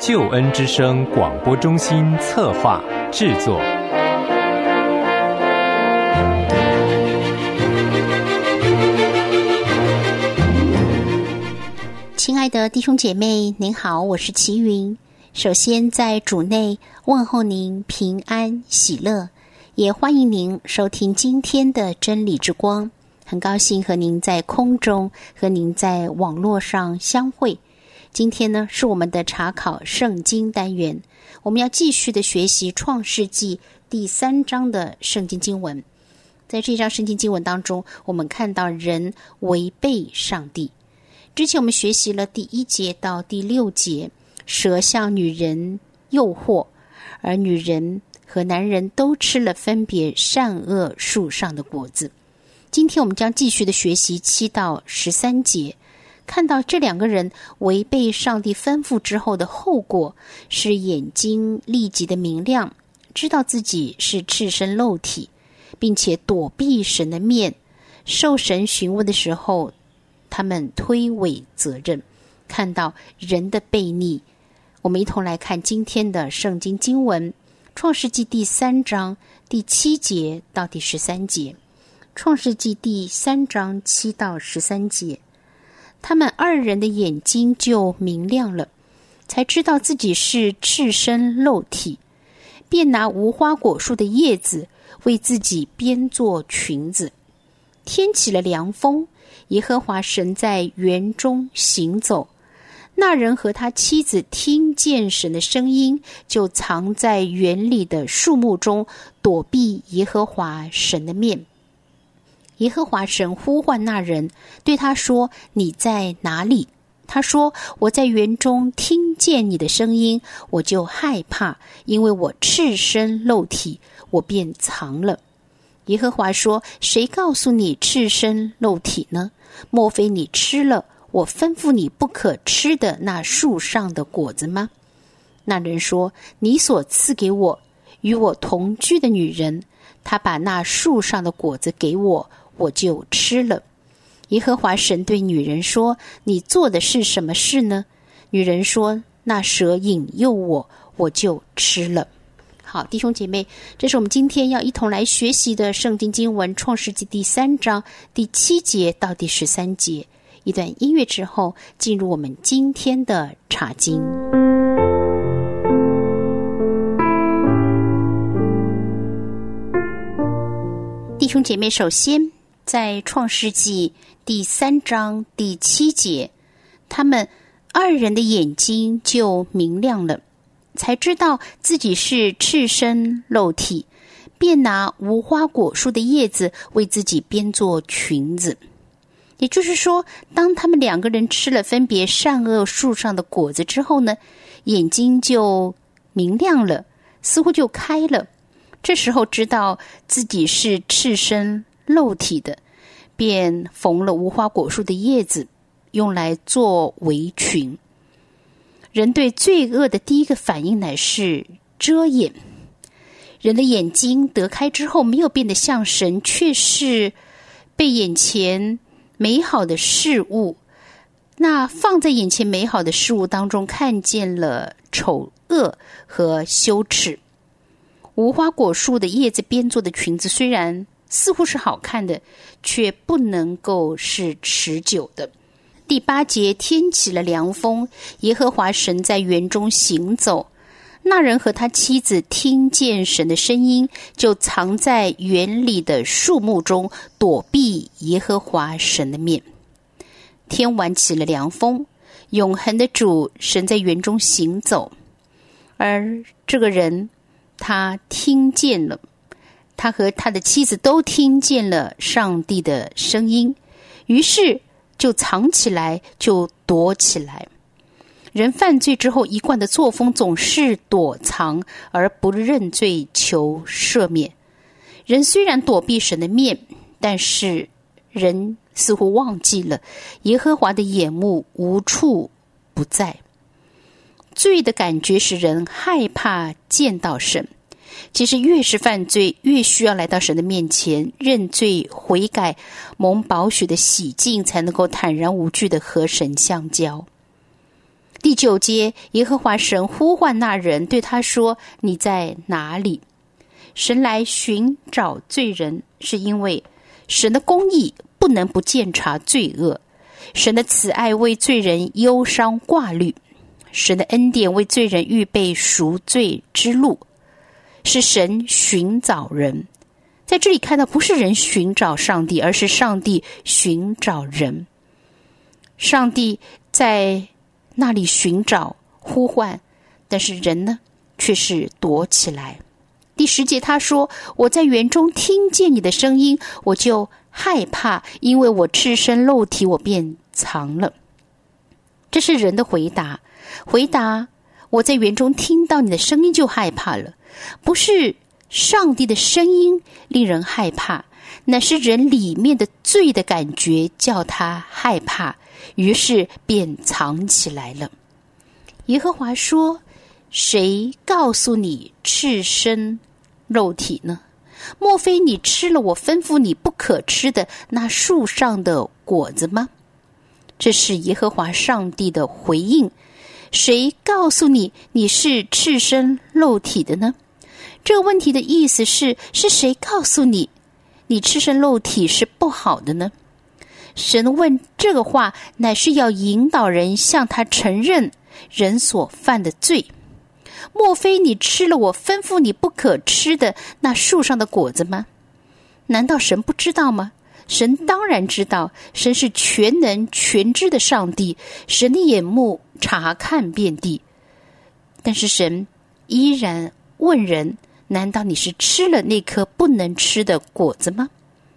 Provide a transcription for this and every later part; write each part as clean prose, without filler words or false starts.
救恩之声广播中心策划制作。 亲爱的弟兄姐妹，您好，我是齐云。首先在主内问候您平安喜乐，也欢迎您收听今天的真理之光。很高兴和您在空中和您在网络上相会。今天呢是我们的查考圣经单元，我们要继续的学习创世纪第3章的圣经经文。在这章圣经经文当中，我们看到人违背上帝。之前我们学习了第1节到第6节，蛇向女人诱惑，而女人和男人都吃了分别善恶树上的果子。今天我们将继续的学习7到13节，看到这2个人违背上帝吩咐之后的后果是眼睛立即的明亮，知道自己是赤身露体，并且躲避神的面。受神询问的时候，他们推诿责任，看到人的悖逆。我们一同来看今天的圣经经文，创世纪第3章第7节到第13节。创世纪第3章7到13节，他们2人的眼睛就明亮了，才知道自己是赤身露体，便拿无花果树的叶子为自己编做裙子。天起了凉风，耶和华神在园中行走，那人和他妻子听见神的声音，就藏在园里的树木中，躲避耶和华神的面。耶和华神呼唤那人，对他说：你在哪里？他说：我在园中听见你的声音，我就害怕，因为我赤身露体，我便藏了。耶和华说：谁告诉你赤身露体呢？莫非你吃了我吩咐你不可吃的那树上的果子吗？那人说：你所赐给我与我同居的女人，她把那树上的果子给我，我就吃了。耶和华神对女人说：你做的是什么事呢？女人说：那蛇引诱我，我就吃了。好，弟兄姐妹，这是我们今天要一同来学习的圣经经文，创世纪第3章第7节到第13节。一段音乐之后，进入我们今天的查经。弟兄姐妹，首先在创世纪第3章第7节，他们2人的眼睛就明亮了，才知道自己是赤身露体，便拿无花果树的叶子为自己编做裙子。也就是说，当他们2个人吃了分别善恶树上的果子之后呢，眼睛就明亮了，似乎就开了。这时候知道自己是赤身露体的，便缝了无花果树的叶子，用来做围裙。人对罪恶的第一个反应乃是遮掩。人的眼睛得开之后，没有变得像神，却是被眼前美好的事物，那放在眼前美好的事物当中看见了丑恶和羞耻。无花果树的叶子编做的裙子虽然似乎是好看的，却不能够是持久的。第8节，天起了凉风，耶和华神在园中行走，那人和他妻子听见神的声音，就藏在园里的树木中，躲避耶和华神的面。天晚起了凉风，永恒的主神在园中行走，而这个人他听见了，他和他的妻子都听见了上帝的声音，于是就藏起来，就躲起来。人犯罪之后一贯的作风总是躲藏，而不认罪求赦免。人虽然躲避神的面，但是人似乎忘记了耶和华的眼目无处不在。罪的感觉使人害怕见到神，其实越是犯罪，越需要来到神的面前认罪悔改，蒙宝血的洗净，才能够坦然无惧的和神相交。 第9节，耶和华神呼唤那人，对他说：你在哪里？神来寻找罪人，是因为神的公义不能不鉴察罪恶，神的慈爱为罪人忧伤挂虑，神的恩典为罪人预备赎罪之路，是神寻找人。在这里看到，不是人寻找上帝，而是上帝寻找人。上帝在那里寻找呼唤，但是人呢，却是躲起来。第10节他说：我在园中听见你的声音，我就害怕，因为我赤身露体，我便藏了。这是人的回答，我在园中听到你的声音就害怕了。不是上帝的声音令人害怕，乃是人里面的罪的感觉叫他害怕，于是便藏起来了。耶和华说：谁告诉你赤身肉体呢？莫非你吃了我吩咐你不可吃的那树上的果子吗？这是耶和华上帝的回应。谁告诉你你是赤身肉体的呢？这个问题的意思是谁告诉你你赤身肉体是不好的呢？神问这个话，乃是要引导人向他承认人所犯的罪。莫非你吃了我吩咐你不可吃的那树上的果子吗？难道神不知道吗？神当然知道，神是全能全知的上帝，神的眼目察看遍地。但是神依然问人，难道你是吃了那颗不能吃的果子吗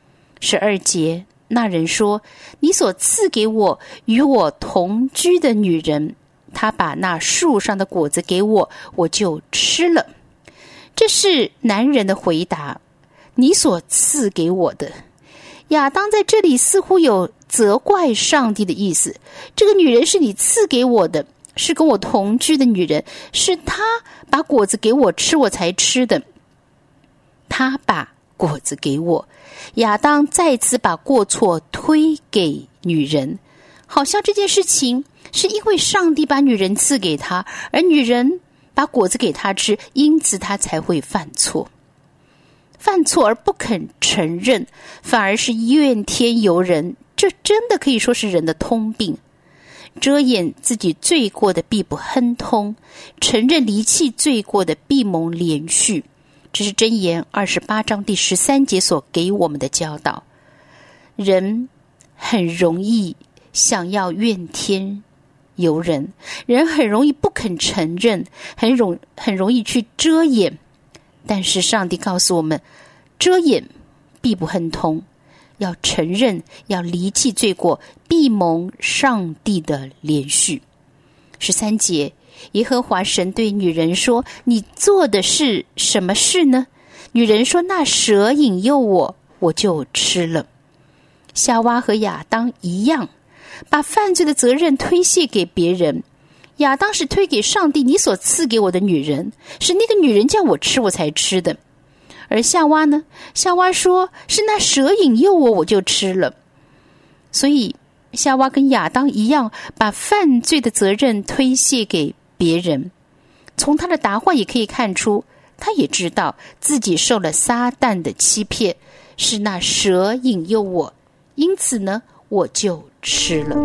？12节，那人说：你所赐给我与我同居的女人，她把那树上的果子给我，我就吃了。这是男人的回答，你所赐给我的。亚当在这里似乎有责怪上帝的意思，这个女人是你赐给我的，是跟我同居的女人，是她把果子给我吃，我才吃的。她把果子给我，亚当再次把过错推给女人，好像这件事情是因为上帝把女人赐给他，而女人把果子给他吃，因此他才会犯错而不肯承认，反而是怨天尤人。这真的可以说是人的通病。遮掩自己罪过的必不亨通，承认离弃罪过的必蒙连续。这是箴言28章第13节所给我们的教导。人很容易想要怨天尤人，人很容易不肯承认，很容易去遮掩。但是上帝告诉我们，遮掩必不亨通，要承认，要离弃罪过，必蒙上帝的连续。13节，耶和华神对女人说：你做的是什么事呢？女人说：那蛇引诱我，我就吃了。夏娃和亚当一样，把犯罪的责任推卸给别人。亚当是推给上帝，你所赐给我的女人，是那个女人叫我吃，我才吃的。而夏娃呢？夏娃说：是那蛇引诱我，我就吃了。所以夏娃跟亚当一样，把犯罪的责任推卸给别人。从他的答话也可以看出，他也知道自己受了撒旦的欺骗，是那蛇引诱我，因此呢，我就吃了。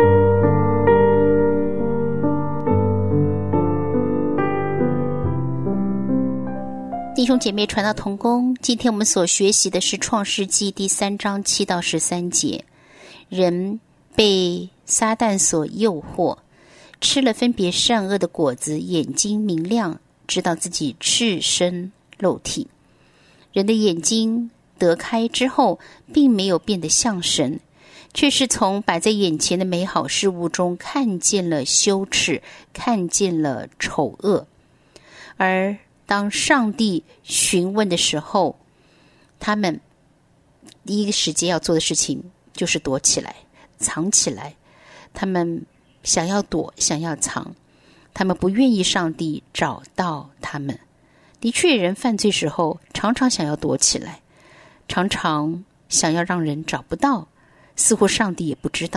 弟兄姐妹，传道同工，今天我们所学习的是创世纪第3章7到13节。人被撒旦所诱惑，吃了分别善恶的果子，眼睛明亮，知道自己赤身肉体。人的眼睛得开之后，并没有变得像神，却是从摆在眼前的美好事物中看见了羞耻，看见了丑恶。而当上帝询问的时候，他们第一个时间要做的事情就是躲起来，藏起来。他们想要躲，想要藏，他们不愿意上帝找到他们。的确，人犯罪时候常常想要躲起来，常常想要让人找不到，似乎上帝也不知道。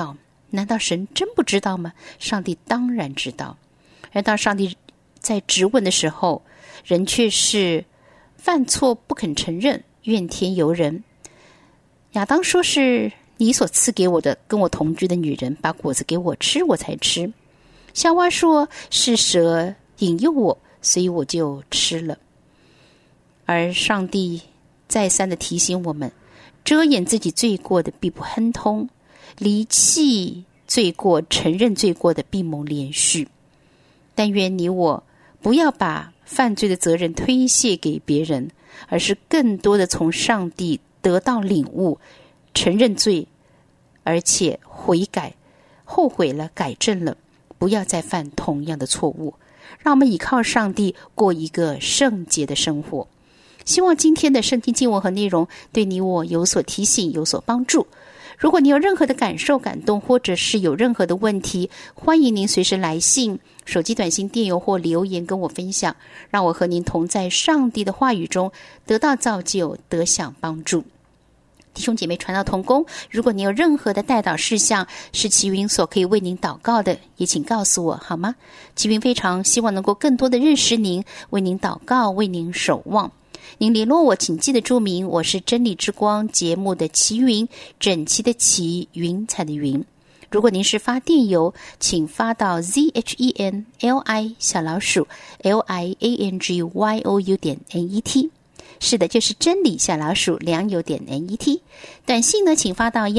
难道神真不知道吗？上帝当然知道。而当上帝在质问的时候，人却是犯错不肯承认，怨天尤人。亚当说是你所赐给我的，跟我同居的女人把果子给我吃，我才吃。夏娃说是蛇引诱我，所以我就吃了。而上帝再三的提醒我们，遮掩自己罪过的必不亨通，离弃罪过承认罪过的必蒙连续。但愿你我不要把犯罪的责任推卸给别人，而是更多的从上帝得到领悟，承认罪，而且悔改，后悔了，改正了，不要再犯同样的错误。让我们依靠上帝过一个圣洁的生活。希望今天的圣经经文和内容对你我有所提醒，有所帮助。如果你有任何的感受、感动，或者是有任何的问题，欢迎您随时来信、手机短信、电邮或留言跟我分享，让我和您同在上帝的话语中得到造就，得享帮助。弟兄姐妹传道同工，如果你有任何的代祷事项是齐云所可以为您祷告的，也请告诉我好吗？齐云非常希望能够更多的认识您，为您祷告，为您守望。您联络我，请记得注明我是真理之光节目的齐云，整齐的齐，云彩的云。如果您是发电邮，请发到 ZHENLI_LIANGYOU.net。 是的，就是真理_良友.net。 短信呢，请发到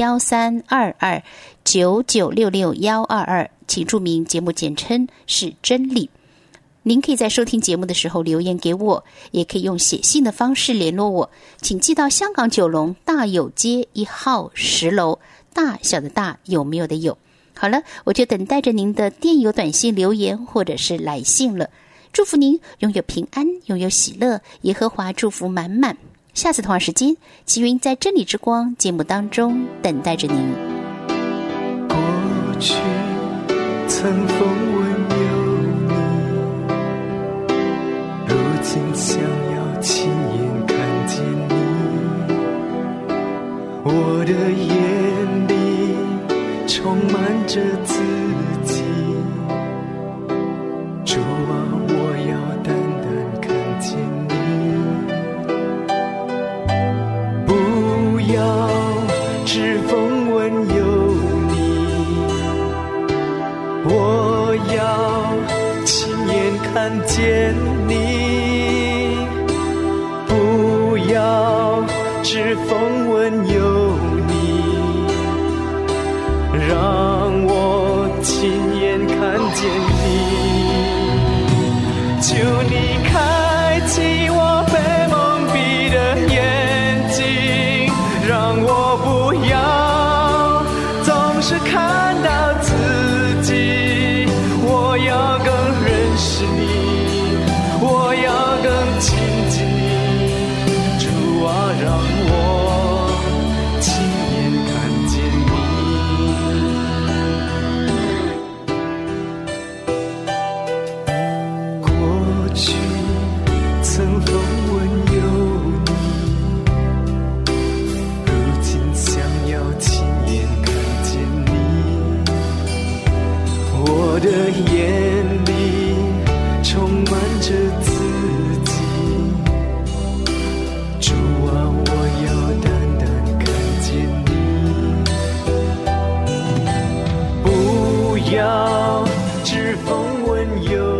132299662122，请注明节目简称是真理。您可以在收听节目的时候留言给我，也可以用写信的方式联络我，请寄到香港九龙大有街1号10楼，大小的大，有没有的有。好了，我就等待着您的电邮、短信留言或者是来信了。祝福您拥有平安，拥有喜乐，耶和华祝福满满。下次同样时间，齐云在真理之光节目当中等待着您。 过去曾风闻有你，如今想要亲眼看见你，我的眼里充满着自己，主啊，我要单单看见你，不要只风闻有你，我要亲眼看见你，不要只风闻有你，让我亲眼看见你，求你开启我被蒙蔽的眼睛，让我不要总是看到自己，我要更认识你，我要更亲近你，主啊，让我亲眼看见你。过去曾风闻有你，如今想要亲眼看见你，我的眼里充满着自己，主啊，我要单单看见你，不要只风闻有